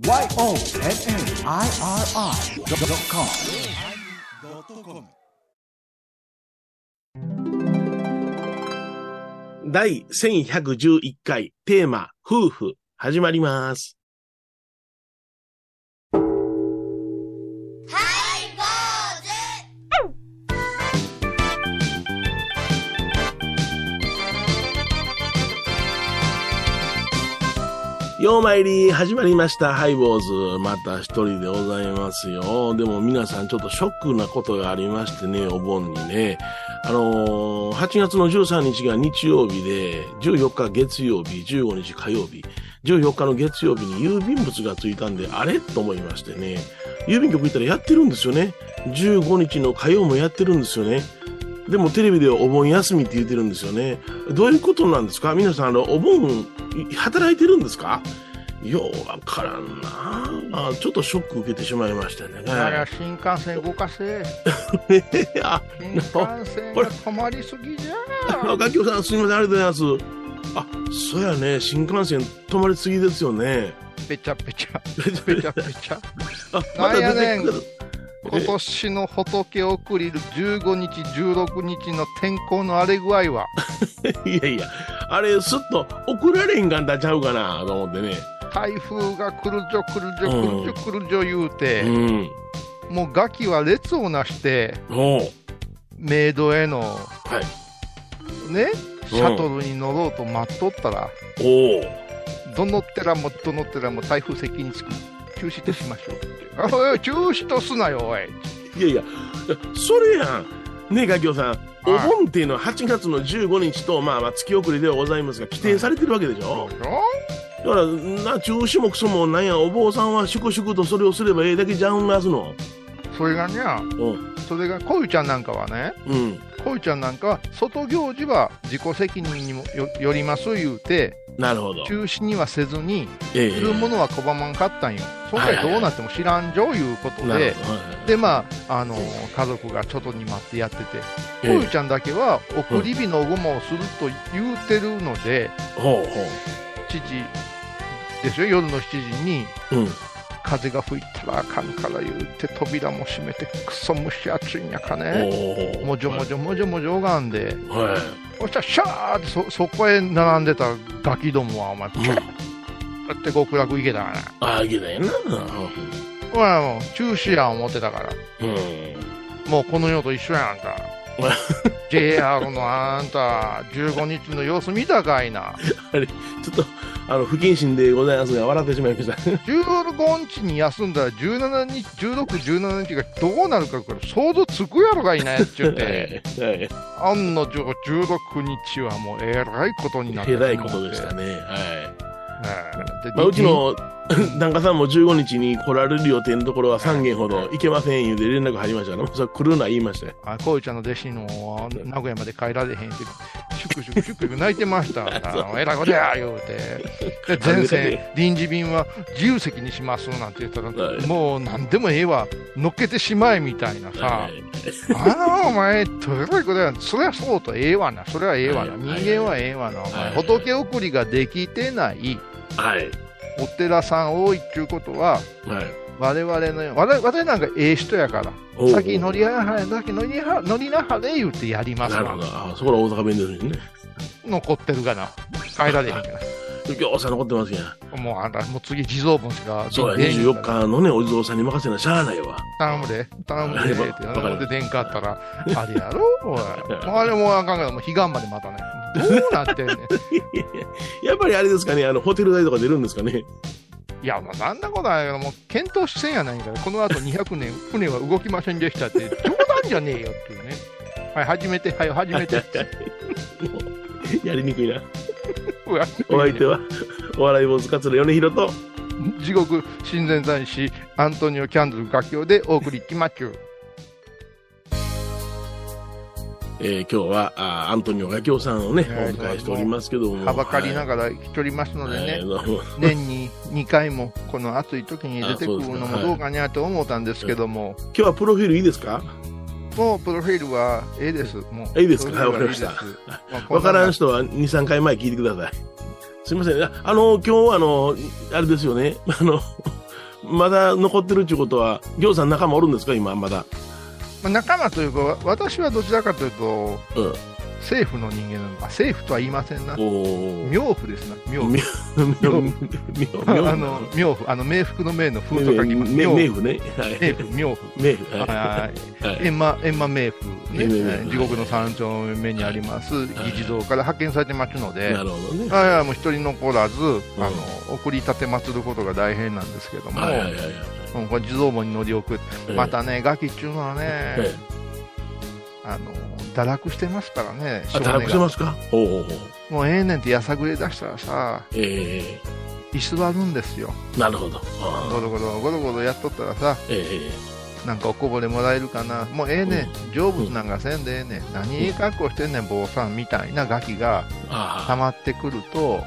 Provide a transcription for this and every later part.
YONNIRI.com 第1111回テーマ夫婦始まります。ようまいり始まりましたハイボーズ、また一人でございますよ。でも皆さんちょっとショックなことがありましてね、お盆にね、8月の13日が日曜日で、14日月曜日、15日火曜日、14日の月曜日に郵便物がついたんで、あれと思いましてね、郵便局行ったらやってるんですよね。15日の火曜もやってるんですよね。でもテレビでお盆休みって言ってるんですよね。どういうことなんですか？皆さん、お盆働いてるんですか？ようわからんな。ちょっとショック受けてしまいましたね。 新幹線動かせ。新幹線が止まりすぎじゃ。 楽器さんすみません、ありがとうございます。そうやね、新幹線止まりすぎですよね。 ぺちゃぺちゃぺちゃぺちゃ。なんやねん。今年の仏送りる15日16日の天候の荒れ具合は。 いやいや、あれすっと送られんかんだちゃうかなと思ってね。 台風が来るじょ来るじょ来るじょ来るじょ言うて、もうガキは列をなしてメイドへの、ね、シャトルに乗ろうと待っとったら、どの寺もどの寺も台風接近につき中止としましょうって。中止とすなよおい。 いやいや、それやんねえ、ガキオさん、お盆っていうのは8月の15日と月送りではございますが規定されてるわけでしょ。だから中止もクソもなんや、お坊さんは粛々とそれをすればええだけじゃうんますの。 それがね、それがこゆちゃんなんかはね、こゆちゃんなんかは外行事は自己責任にもよります言うて、 なるほど、 中止にはせずに、するものは拒まんかったんよ。それどうなっても知らんじょいうことで、で家族が外に待ってやってて、こゆちゃんだけは送り火のごまをすると言うてるので、7時ですよ、夜の7時に、風が吹いたらあかんから言うて扉も閉めて、くそ蒸し暑いんやかね、もじょもじょもじょもじょがんで、そしたらシャーって そこへ並んでたガキどもはお前プチャーって極楽行けたからな。 いけたやな。 もう中止や思ってたから、もうこの世と一緒やんか。JR のあんた15日の様子見たかいな。 あれちょっと不謹慎でございますが笑ってしまいました。 15日に休んだら17日16、17日がどうなるかこれ想像つくやろがいなやっちゅうて、案の定16日はもうえらいことになってしまって。 えらいことでしたね。うちの檀家さんも15日に来られる予定のところは3軒ほど行けません言うて連絡入りましたね。それ来るな言いましたよ。 こうちゃんの弟子の名古屋まで帰られへんってシュクシュクシュクシュク泣いてました。えらいことや言うて、全線臨時便は自由席にしますなんて言ったら、もう何でもええわ乗っけてしまえみたいなさ、お前どれくらいことや、そりゃそうとええわな、それはええわな、人間はええわな、お前仏送りができてないお寺さん多いっていうことは、我々なんかええ人やから、先乗りなはれ、先乗りなはれ言うてやりますわ。 なるほど。そこら大阪弁ですね。 残ってるかな、帰られへんから。 ぎょうさん残ってますやん。 もう次地蔵盆しか。 そうや、24日のねお地蔵さんに任せなしゃあないわ。 頼むでって電化あったらあれやろあれもあかんからもう彼岸までまたね。どうなってんねん。 やっぱりあれですかね、ホテル代とか出るんですかね。 いや、まあ、なんなことないけど、もう検討してんやないから、この後200年船は動きませんでしたって冗談じゃねえよっていうね。はい、始めてやりにくいな。お相手はお笑い坊主桂米広と地獄親善大使アントニオキャンドル楽器でお送りきまっちゅう。 今日はアントニオガキョウさんをね、お迎えしておりますけども、 はばかりながら来ておりますのでね、年に2回もこの暑い時に出てくるのもどうかなと思ったんですけども、 今日はプロフィールいいですか？ もうプロフィールはええです。もういいですか？わかりました。わからん人は 2,3 回前聞いてください。すみません。今日あれですよね、 まだ残ってるっていうことは、ぎょうさん仲間おるんですか、今、まだ。 まあ、仲間というか、私はどちらかというと、政府の人間なのか、政府とは言いませんな。冥府ですな、冥府。冥府、冥福の冥の風と書きます。 冥府ね。 冥府、冥府。 冥府。 閻魔冥府ね。地獄の三丁目にあります、議事堂から派遣されてますので、 なるほどね。 もう一人残らず、送り立て祀ることが大変なんですけども、これ地蔵門に乗り送って、またね、ガキっていうのはね、堕落してますからね。 堕落してますか？ もうええねんってやさぐれ出したらさ、居座るんですよ。 なるほど。 ゴロゴロやっとったらさ、なんかおこぼれもらえるかな。もうええねん、成仏なんかせんでええねん。何いい格好してんねん、坊さんみたいなガキが溜まってくると、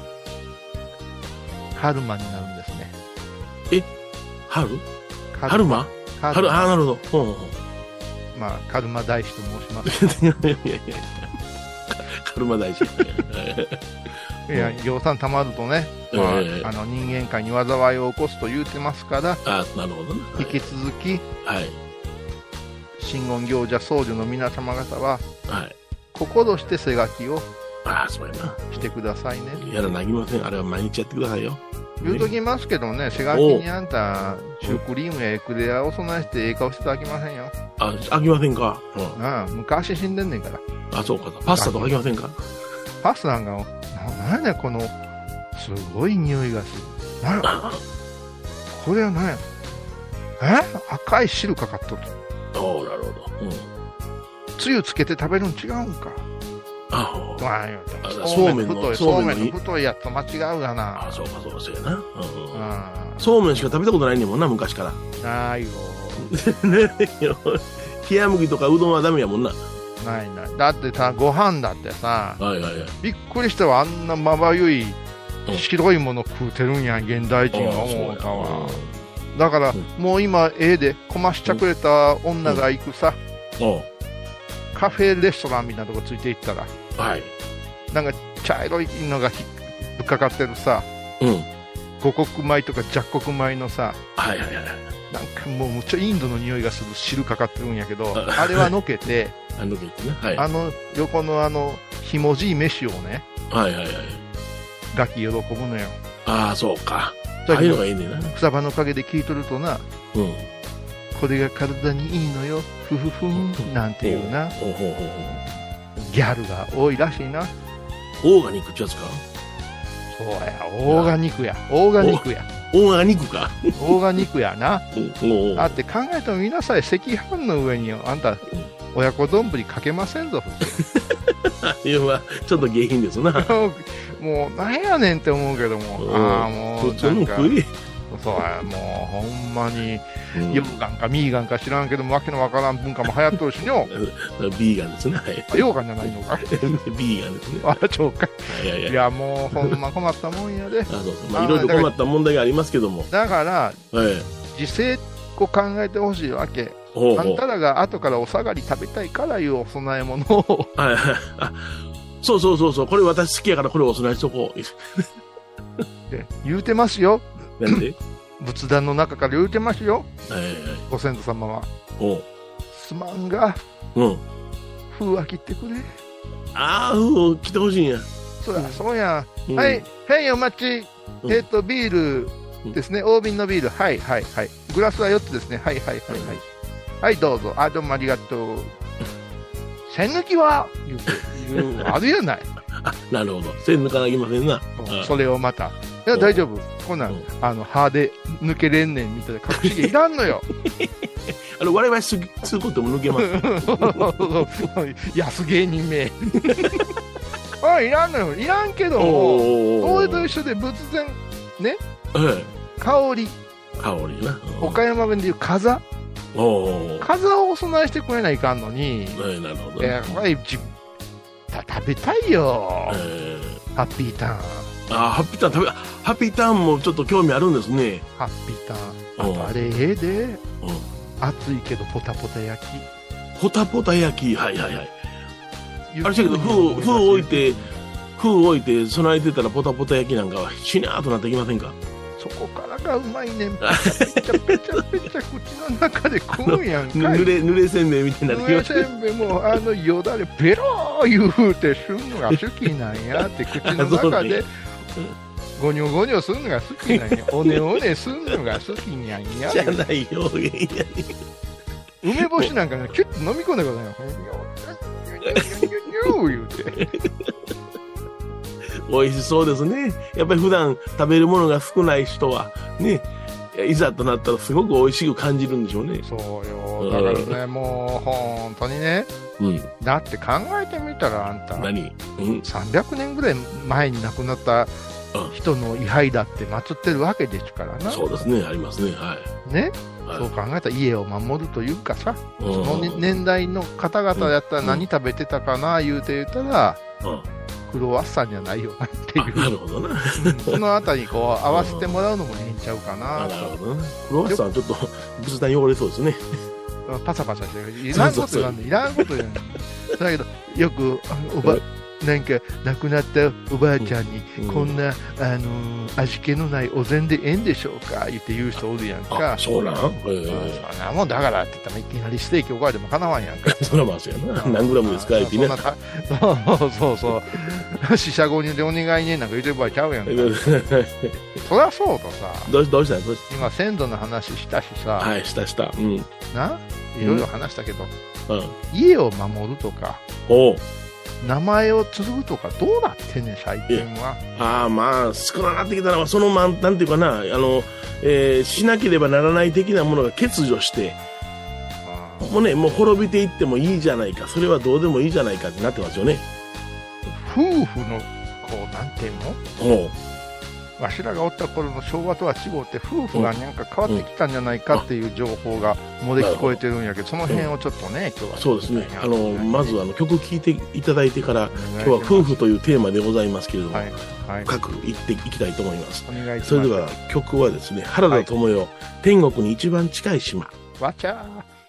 カルマになるんですね。 春馬？なるほど。 まあ、カルマ大師と申します。 カルマ大師。 いや、行さんたまるとね、人間界に災いを起こすと言うてますから、 なるほどね。 引き続き、真言行者僧侶の皆様方は、心して背書きをしてくださいね。 やらなぎません。あれは毎日やってくださいよ。 言うときますけどね、背書きにあんた、シュークリームやエクレアを備えしてええ顔していただきませんよ。 あきませんか？ 昔死んでんねんから。 そうか。パスタとかあきませんか？ パスタなんか、なんやねん、この、すごい匂いがする。なんやこれは何や赤い汁かかっとる。 なるほど。 つゆつけて食べるの違うんか。 そうめんの太いやつと間違うがな。 そうやな。そうめんしか食べたことないねんもんな、昔から。 ないよ。 冷麦とかうどんはダメやもんな。 ない。だってさ、ご飯だってさ、びっくりしたわ、あんなまばゆい白いもの食うてるんや、現代人は思うたわ。だから、もう今、で、こましちゃくれた女が行くさ、カフェレストランみたいなとこついていったら、なんか茶色いのがぶっかかってるさ、五穀米とか雑穀米のさ、なんかもうむっちゃインドの匂いがする汁かかってるんやけど、あれはのけて、横のひもじい飯をね、ガキ喜ぶのよ。 そうか。ああいうのがいいねんな。 草葉の陰で聞いとるとな、これが体にいいのよ、ふふふんなんていうな、ギャルが多いらしいな。 オーガニックってやつか？ そうや、オーガニックや。オーガニックや。 オーガニックか。 オーガニックやな。だって考えてもみなさい、赤飯の上にあんた、親子丼かけませんぞ、 いや、ちょっと下品ですな。 もう、なんやねんって思うけども。もう、 普通の食い。 そうや、もう、ほんまに、ヨーガンかミーガンか知らんけども、わけのわからん文化も流行っとるしよ。 ビーガンですね。 ヨーガンじゃないのか。 ビーガンですね。 そうか。いや、もう、ほんま困ったもんやで。いろいろ困った問題がありますけども。 だから、自制を考えてほしいわけ。あんたらが後からお下がり食べたいからいうお供え物を。 そう。これ私好きやからこれお供えしとこう。 言うてますよ。 なんで？ 仏壇の中から言うてますよ。ご先祖様は。すまんが、封は切ってくれ。 封を切ってほしいんや。 そうや。はい、お待ち。ビールですね。大瓶のビール。はい。グラスは4つですね。はい。はい、どうぞ。どうもありがとう。栓抜きは言う、あるやない。 なるほど。栓抜かなきませんな。 それをまた。いや、大丈夫。こんなん、歯で抜けれんねんみたいな隠し毛いらんのよ。 我々することも抜けます。安芸人名。いらんのよ。いらんけども、それと一緒で仏前、ね。香りな。 岡山弁でいう風。風をお供えしてくれないかんのに。 なるほど。 食べたいよ。ハッピーターン。 ハッピーターンもちょっと興味あるんですね。 ハッピーターン。あれで、熱いけどポタポタ焼き。 ポタポタ焼き、はい。あれだけど、封置いて備えてたらポタポタ焼きなんかはしなーとなってきませんか？ そこからがうまいねん。ペチャペチャペチャ口の中で食うんやんかい。 濡れせんべいみたいになってきました。 濡れせんべいもよだれペロー言うてすんのが好きなんやって口の中でゴニョゴニョすんのが好きなんや。おねおねすんのが好きなんや。 じゃない表現やね。 梅干しなんかね、キュッと飲み込んでくださいよ。言うて。 美味しそうですね。やっぱり普段食べるものが少ない人はね、いざとなったらすごく美味しく感じるんでしょうね。 そうよ。だからね、もう本当にね、だって考えてみたらあんた、300年ぐらい前に亡くなった人の位牌だって祀ってるわけですからな。 そうですね、ありますね。はい。 ね。そう考えたら家を守るというかさ、その年代の方々やったら何食べてたかな言うて言ったら、クロワッサンじゃないよなっていう。 なるほどな。 そのあたりにこう合わせてもらうのもいいんちゃうかな。 なるほどな。クロワッサンちょっと仏壇汚れそうですね。 パサパサしてる。いらんこと言わんねん。いらんこと言わんねん。だけど、よく、なんか亡くなったおばあちゃんに、こんな味気のないお膳でええんでしょうか言って言う人おるやんか。 そうなん。そんなもんだからって言ったらいきなりステーキおかわりでもかなわんやんか。 そらまあそうやな。何グラムですかってね。 そう四捨五入でお願いねなんか言うてる場合ちゃうやんか。そりゃそうとさ。 どうした今先祖の話したしさ。 はい、した。 ないろいろ話したけど、家を守るとか。名前を継ぐとかどうなってんねん最近は。 まあ少なくなってきたのはそのなんていうかなしなければならない的なものが欠如してもう滅びていってもいいじゃないか、それはどうでもいいじゃないかってなってますよね。 夫婦のこうなんていうの、わしらがおった頃の昭和とは違うって夫婦がなんか変わってきたんじゃないかっていう情報が漏れ聞こえてるんやけど、その辺をちょっとね、今日はそうですね。まず曲聴いていただいてから今日は夫婦というテーマでございますけれども、深くいっていきたいと思います。それでは曲はですね、原田知世、天国に一番近い島。 わちゃー。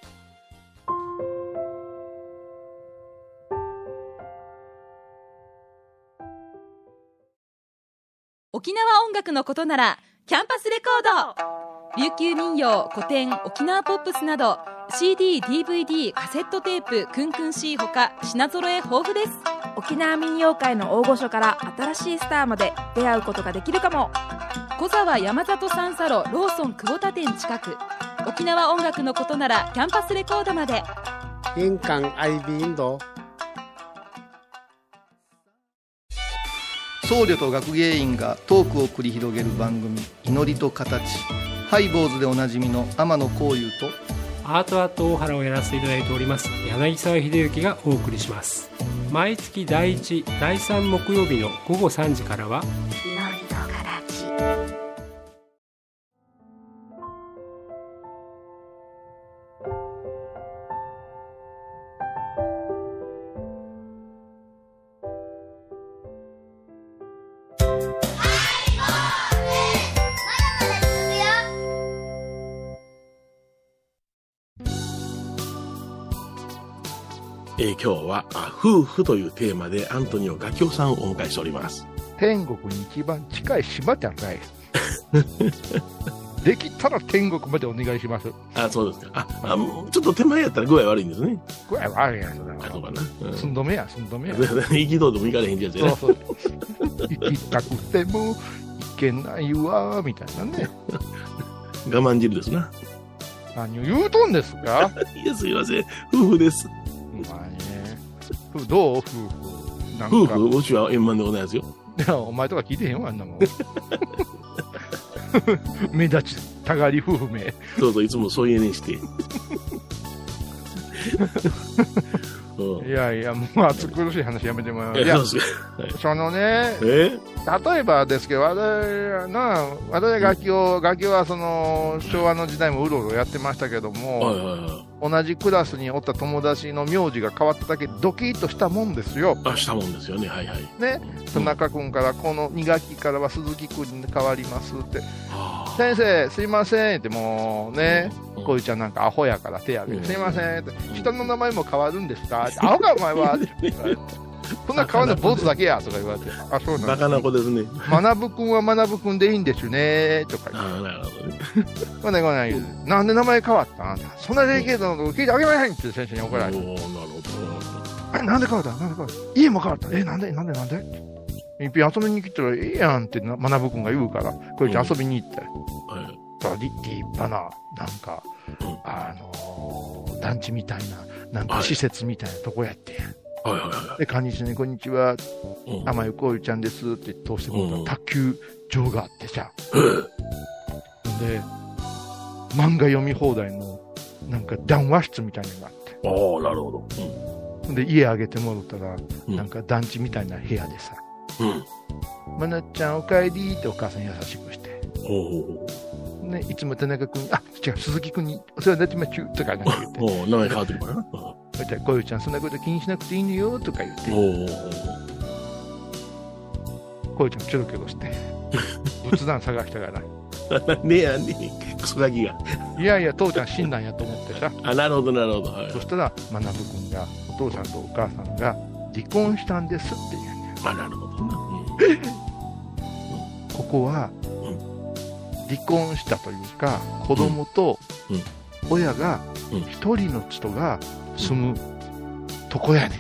沖縄音楽のことならキャンパスレコード、琉球民謡、古典、沖縄ポップスなど CD、DVD、カセットテープ、クンクン C ほか品揃え豊富です。 沖縄民謡界の大御所から新しいスターまで出会うことができるかも。 小沢山里三佐路ローソン久保田店近く。沖縄音楽のことならキャンパスレコードまで。 印港 IB インド。 僧侶と学芸員がトークを繰り広げる番組、祈りと形。ハイボーズでおなじみの天野幸雄とアートアート大原をやらせていただいております柳沢秀幸がお送りします。毎月第1、第3木曜日の午後3時からは祈りと形。 今日は夫婦というテーマでアントニオガキオさんをお迎えしております。 天国に一番近い島じゃないできたら天国までお願いします。 そうですか。ちょっと手前やったら具合悪いんですね。 具合悪いやん。 そうかな。 寸止めや。 行きどうでも行かれへんやつやね。 そう行きたくても行けないわみたいなね。 我慢汁ですな。 何を言うとんですかいや、すいません。夫婦です。 まあね。どう夫婦。なんか夫婦、うちは円満でございますよ。 いや、お前とか聞いてへんわ、あんなもん。目立ちたがり夫婦名。 そう、いつもそういうねして。 いや、もう暑苦しい話やめてもらう。いや、そのね、例えばですけど、私楽器はその昭和の時代もうろうろやってましたけども、同じクラスにおった友達の名字が変わっただけドキッとしたもんですよ。 したもんですよね。はいはい。 ね、田中君からこの2学期からは鈴木君に変わりますって。先生すいませんってもうね、こういうちゃんなんかアホやから手挙げて、すいませんって、人の名前も変わるんですかって、アホかお前はって言われてこんな可愛いの坊主だけやとか言われて、あ、そうなんだ。 バカな子ですね。 学ぶくんは学ぶくんでいいんですねとか言って。 ああ、なるほどね。 こんな言うて、なんで名前変わったんそんなデリケートなこと聞いてあげませんって先生に怒られて。 おお、なるほど。 なんで変わった家も変わった。なんでいっぺん遊びに来たらええやんって学ぶくんが言うから、これじゃ遊びに行って。立派な、なんか、団地みたいな、なんか施設みたいなとこやって。で、管理人にこんにちは、天湯こうゆちゃんですって通してくれた卓球場があってさ。で、漫画読み放題の、なんか談話室みたいなのがあって。 ああ、なるほど。で、家あげてもらったら、なんか団地みたいな部屋でさ。まなっちゃんお帰りってお母さん優しくして。ね、いつも田中君、違う、鈴木君にお世話になってまちゅとかなんか言って。 名前変わってるかな。 こういうちゃん、そんなこと気にしなくていいのよとか言って。こういうちゃん、キョロキョロして、仏壇探したから。 ねえやねクソガキが。 いやいや、父ちゃん死んだんやと思ってさ。 なるほど、なるほど。 そしたら、学君が、お父さんとお母さんが離婚したんですって言うんや。 なるほどな。 ここは、離婚したというか、子供と親が一人の人が住むとこやねん。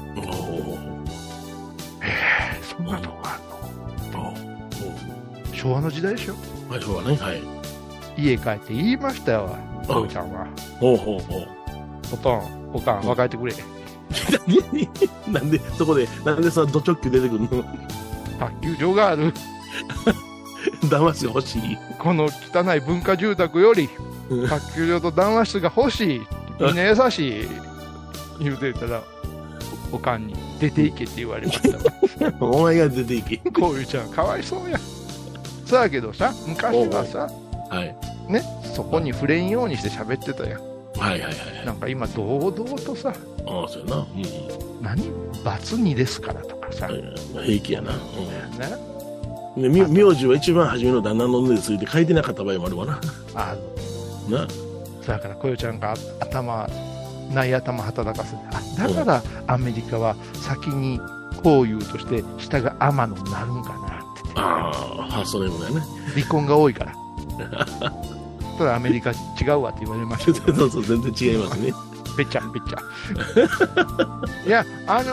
そんなとこあるの？昭和の時代でしょ？ 昭和ね、はい。 家帰って言いましたよ、父ちゃんは。おかん、別れてくれ。 なんで、そこで、なんでそのド直球出てくるの？ 卓球場がある。 談話室が欲しい。 この汚い文化住宅より卓球場と談話室が欲しい。みんな優しい。言うてたら、おかんに出ていけって言われましたわ。 お前が出ていけ。 こういうちゃんかわいそうや。そうやけどさ、昔はさ、ね、そこに触れんようにして喋ってたやん。なんか今堂々とさ、 そうやな。 何罰2ですからとかさ。 平気やな。名字は一番初めの旦那の目でついて書いてなかった場合もあるわな。な。 だからこよちゃんがない頭働かせて、だからアメリカは先にこういうとして下が天野になるんかなって。 それもだよね。 離婚が多いから。ただアメリカ違うわって言われましたけど。 そう、全然違いますね。 ぺっちゃ。いや、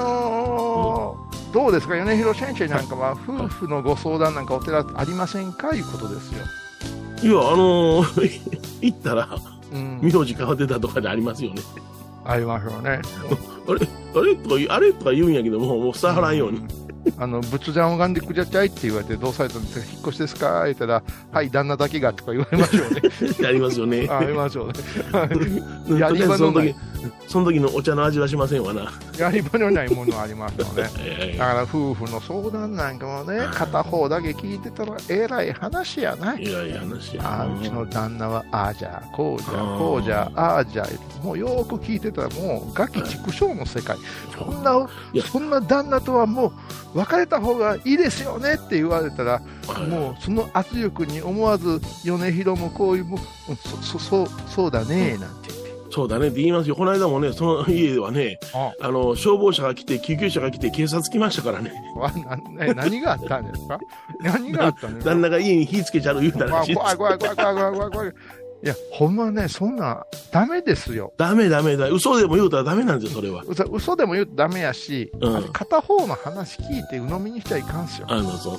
どうですか、米広先生なんかは、夫婦のご相談なんかお寺ありませんかいうことですよ。 いや、行ったら、名字変わってたとかでありますよね。 ありますよね。 あれとか言うんやけどもう伝わらんように。 仏壇拝んでくじゃちゃいって言われて、どうされたんですか、引っ越しですか言ったら、はい、旦那だけがとか言われますよね。 ありますよね。 ありますよね。 やり場のない。その時のお茶の味はしませんわな。 やり場のないものありますよね。だから夫婦の相談なんかもね、片方だけ聞いてたらえらい話やない。 えらい話や。 うちの旦那はああじゃ、こうじゃ、こうじゃ、ああじゃ、もうよーく聞いてたらもうガキ畜生の世界。そんな旦那とはもう別れた方がいいですよねって言われたら、もうその圧力に思わず米広もこういうそうだねなんて言って。 そうだねって言いますよ。この間もね、その家ではね、消防車が来て、救急車が来て、警察来ましたからね。 何があったんですか？何があったんですか？ 旦那が家に火つけちゃう言うたらしい。 怖い。いや、ほんまね、そんな、ダメですよ。 ダメ。嘘でも言うたらダメなんですよ、それは。 嘘でも言うとダメやし、片方の話聞いて鵜呑みにしちゃいかんすよ。 そう。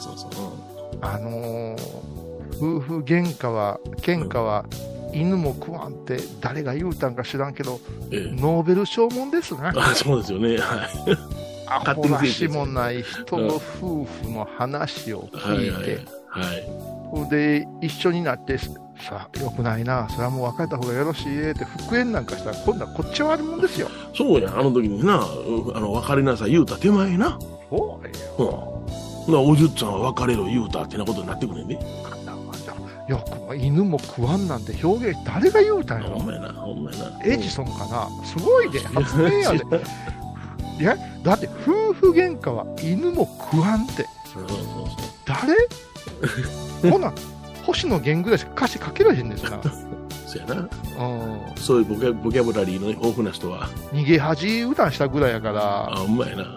夫婦喧嘩は、犬も食わんって誰が言うたんか知らんけど、ノーベル賞もんですね。 そうですよね。 アホらしもない人の夫婦の話を聞いて、で、一緒になって、さあ、よくないな、それはもう別れた方がよろしいって復縁なんかしたら、今度はこっちは悪いもんですよ。 そうや、あの時にな、別れなさい言うた手前な。 そうや。 おじゅっちゃんは別れろ言うたってなことになってくれんね。 いや、犬も食わんなんて表現誰が言うたんやろ。 ほんまやな。 エジソンかな、すごいで、発明やで。いや、だって夫婦喧嘩は犬も食わんって。誰？ほな、星野源ぐらいしか歌詞書けられへんですな。 そうやな。そういうボキャブラリーの豊富な人は。 逃げ恥歌したぐらいやから。 うまいな。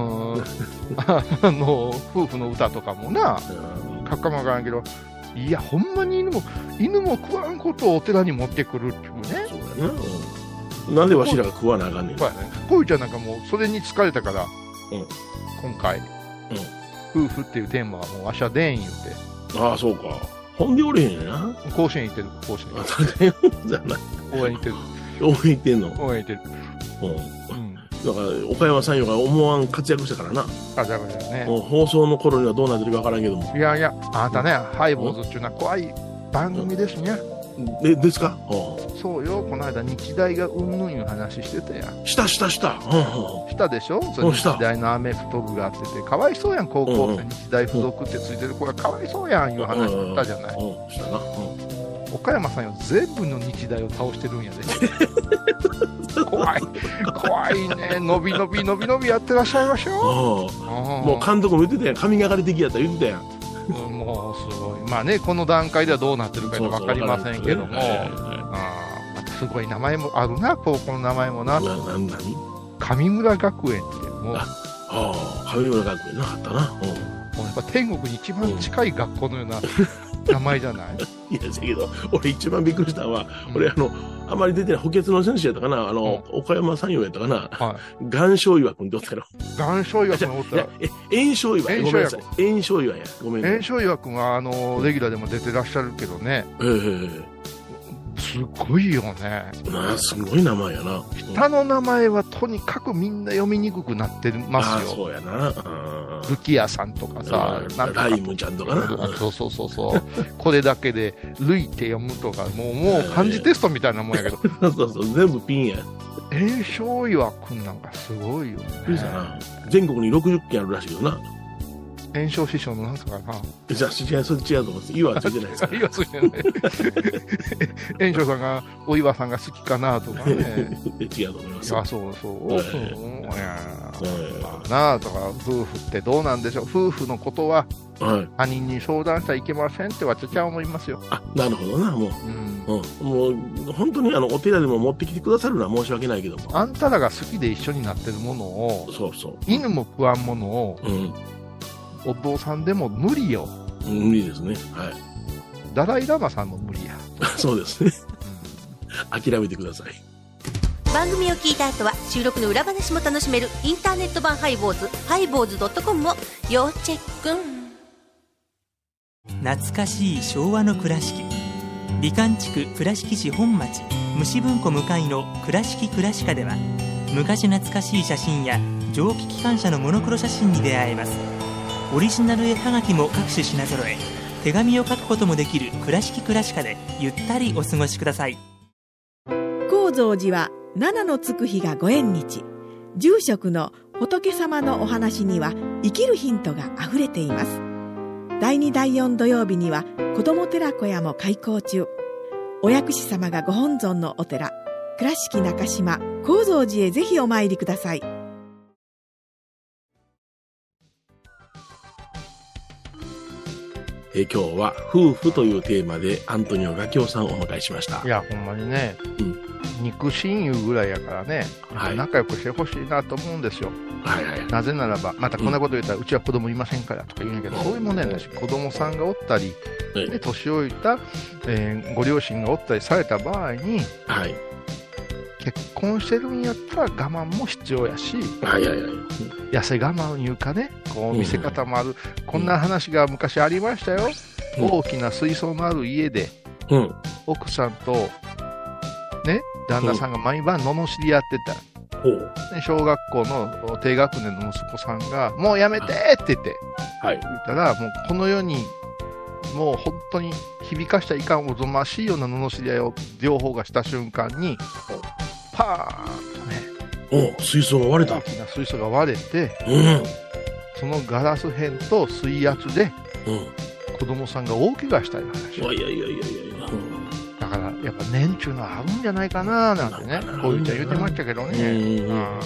夫婦の歌とかもな、書くかもわからんけど、いや、ほんまに犬も食わんことをお寺に持ってくるっていうね。 そうやな。なんでわしらが食わなあかんねん。 そうやね。こうちゃんなんかもう、それに疲れたから、今回、夫婦っていうテーマはもうわしは出ん言うて。 ああ、そうか。ほんでおれへんやな。 甲子園行ってる、甲子園。 じゃない。 応援行ってる。 応援行ってんの？ 応援行ってる。 だから、岡山さんよが思わん活躍したからな。 だからね。 もう放送の頃にはどうなってるかわからんけども。 いやいや、あなたね、ハイボーズっていうのは怖い番組ですね。 ですか？ そうよ、この間日大がうんぬんいう話してたやん。 したでしょ？それ日大のアメフト部があってて、かわいそうやん、高校生日大附属ってついてる子がかわいそうやんいう話だったじゃない。 したな。 岡山さんよ、全部の日大を倒してるんやで。怖いね。伸びやってらっしゃいましょう。 もう監督も言ってたやん。神がかり的やったら言ってたやん。 もうすごい。まあね、この段階ではどうなってるか分かりませんけども、またすごい名前もあるな、高校の名前もな。 何？ 神村学園ってもう。 神村学園なかったな。 もうやっぱ天国に一番近い学校のような名前じゃない。 いや、だけど、俺一番びっくりしたのは、俺あまり出てない補欠の選手やったかな、岡山山陽やったかな、岩礁岩君っておったら。 岩礁岩君おったら。 炎症岩。ごめんなさい。炎症岩や。ごめんなさい。 炎症岩君は、レギュラーでも出てらっしゃるけどね。すごいよね。 すごい名前やな。 下の名前はとにかくみんな読みにくくなってますよ。 そうやな。 ルキアさんとかさ、 ライムちゃんとかな。 そう。これだけで、ルイって読むとか、もう漢字テストみたいなもんやけど。 そう、全部ピンや。 炎症岩くんなんかすごいよね。 全国に60件あるらしいけどな。 炎症師匠のなんすかな。 じゃあ、それ違うと思います。岩はついてないですか。 岩ついてない。炎症さんが、お岩さんが好きかなとかね。 違うと思います。 そう。なあ、とか、夫婦ってどうなんでしょう。夫婦のことは、他人に相談しちゃいけませんって私は思いますよ。 なるほどな、もう。もう、本当にお寺でも持ってきてくださるのは申し訳ないけども。 あんたらが好きで一緒になってるものを、犬も食わんものを、お父さんでも無理よ。 無理ですね。はい。 ダライラマさんも無理や。 そうですね。諦めてください。 番組を聞いた後は収録の裏話も楽しめるインターネット版ハイボーズ、ハイボーズ.com を要チェック。 懐かしい昭和の倉敷、美観地区倉敷市本町虫文庫向かいの倉敷倉歯科では、昔懐かしい写真や蒸気機関車のモノクロ写真に出会えます。オリジナル絵はがきも各種品揃え、手紙を書くこともできる倉敷倉歯科でゆったりお過ごしください。 高蔵寺は七のつく日がご縁日。住職の仏様のお話には生きるヒントがあふれています。第2第4土曜日には子ども寺小屋も開校中。お薬師様がご本尊のお寺、倉敷中島・高蔵寺へぜひお参りください。 今日は夫婦というテーマでアントニオガキオさんをお迎えしました。 いや、ほんまにね、肉親友ぐらいやからね、仲良くしてほしいなと思うんですよ。なぜならば、またこんなこと言ったら、うちは子供いませんからとか言うんやけど、そういうもんねんだし、子供さんがおったり、年老いた、ご両親がおったりされた場合に、結婚してるんやったら我慢も必要やし、痩せ我慢いうかね、こう見せ方もある。こんな話が昔ありましたよ。大きな水槽のある家で、奥さんとね、旦那さんが毎晩罵り合ってた。小学校の低学年の息子さんが、もうやめてって言って、言ったら、もうこの世にもう本当に響かしちゃいかんおぞましいような罵り合いを両方がした瞬間に、パーンとね、 水槽が割れた。 大きな水槽が割れて、そのガラス片と水圧で、子供さんが大怪我したい話。だからやっぱ年中のあるんじゃないかななんてね、こういうちゃん言ってましたけどね。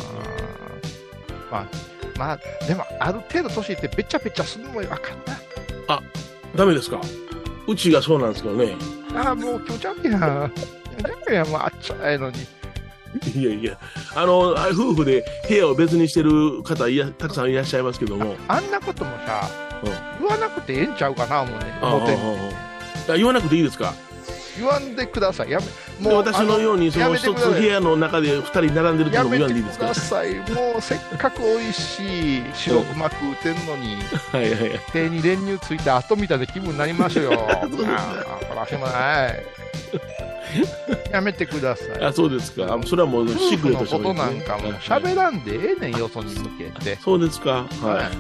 まあでもある程度年いってべちゃべちゃするのもあかんな。 ダメですか。うちがそうなんですけどね。 もう気持ち悪いな。 いや、もうあっちゃえのに。 いやいや、夫婦で部屋を別にしてる方たくさんいらっしゃいますけども。 あんなこともさ、言わなくてええんちゃうかな、思うね。 言わなくていいですか？ 言わんでください。 もう私のようにその一つ部屋の中で2人並んでるっていうのも言わんでいいですか？ やめてください。もうせっかく美味しい白くまくうてんのに、 はいはいはい、 手に練乳ついて後みたいな気分になりますよ。そうですね。こらしもない。やめてください。 あ、そうですか。それはもうシークレットしてもいいですね。ことなんかもう喋らんでええねん、よそに向けて。 そうですか。はい。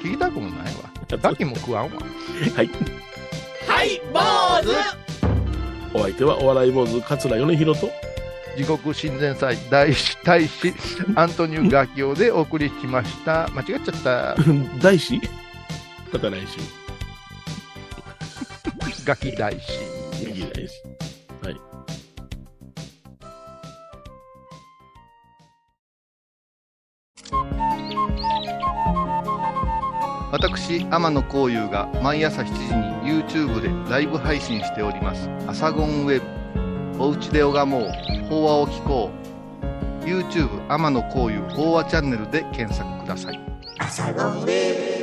聞きたくもないわ。さっきも食わんわ。 はい。 はい、坊主。 お相手はお笑い坊主桂米広と地獄親善祭大使アントニュ・ガキオでお送りしました。間違っちゃった大使また来週ガキ大使はい。 私天野幸雄が毎朝7時に YouTube でライブ配信しておりますアサゴンウェブ。おうちで拝もう法話を聞こう。 YouTube 天野幸雄法話チャンネルで検索ください。 アサゴンウェブ。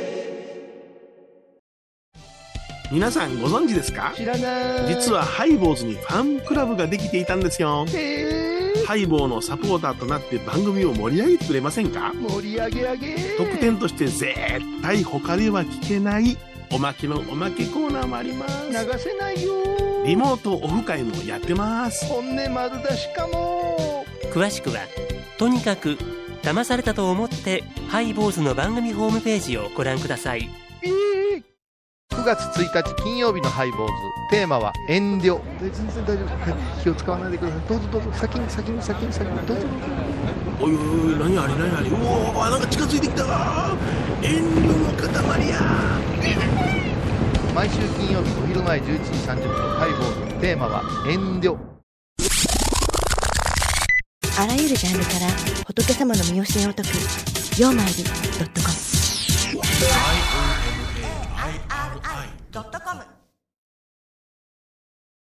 皆さんご存知ですか？ 知らない。 実はハイボーズにファンクラブができていたんですよ。ハイボーのサポーターとなって番組を盛り上げてくれませんか？ 盛り上げ上げ。 特典として絶対他では聞けないおまけのおまけコーナーもあります。 流せないよ。 リモートオフ会もやってます。 本音丸出しかも。 詳しくはとにかく騙されたと思ってハイボーズの番組ホームページをご覧ください。 9月1日金曜日のハイボーズ、テーマは遠慮。全然大丈夫、気を使わないでください。どうぞどうぞ、先にどうぞ。 おいおいおい、何あれうおー、なんか近づいてきた。遠慮の塊や。 毎週金曜日お昼前11時30分ハイボーズ、テーマは遠慮。 あらゆるジャンルから仏様の身教えを解く曜マイル.com。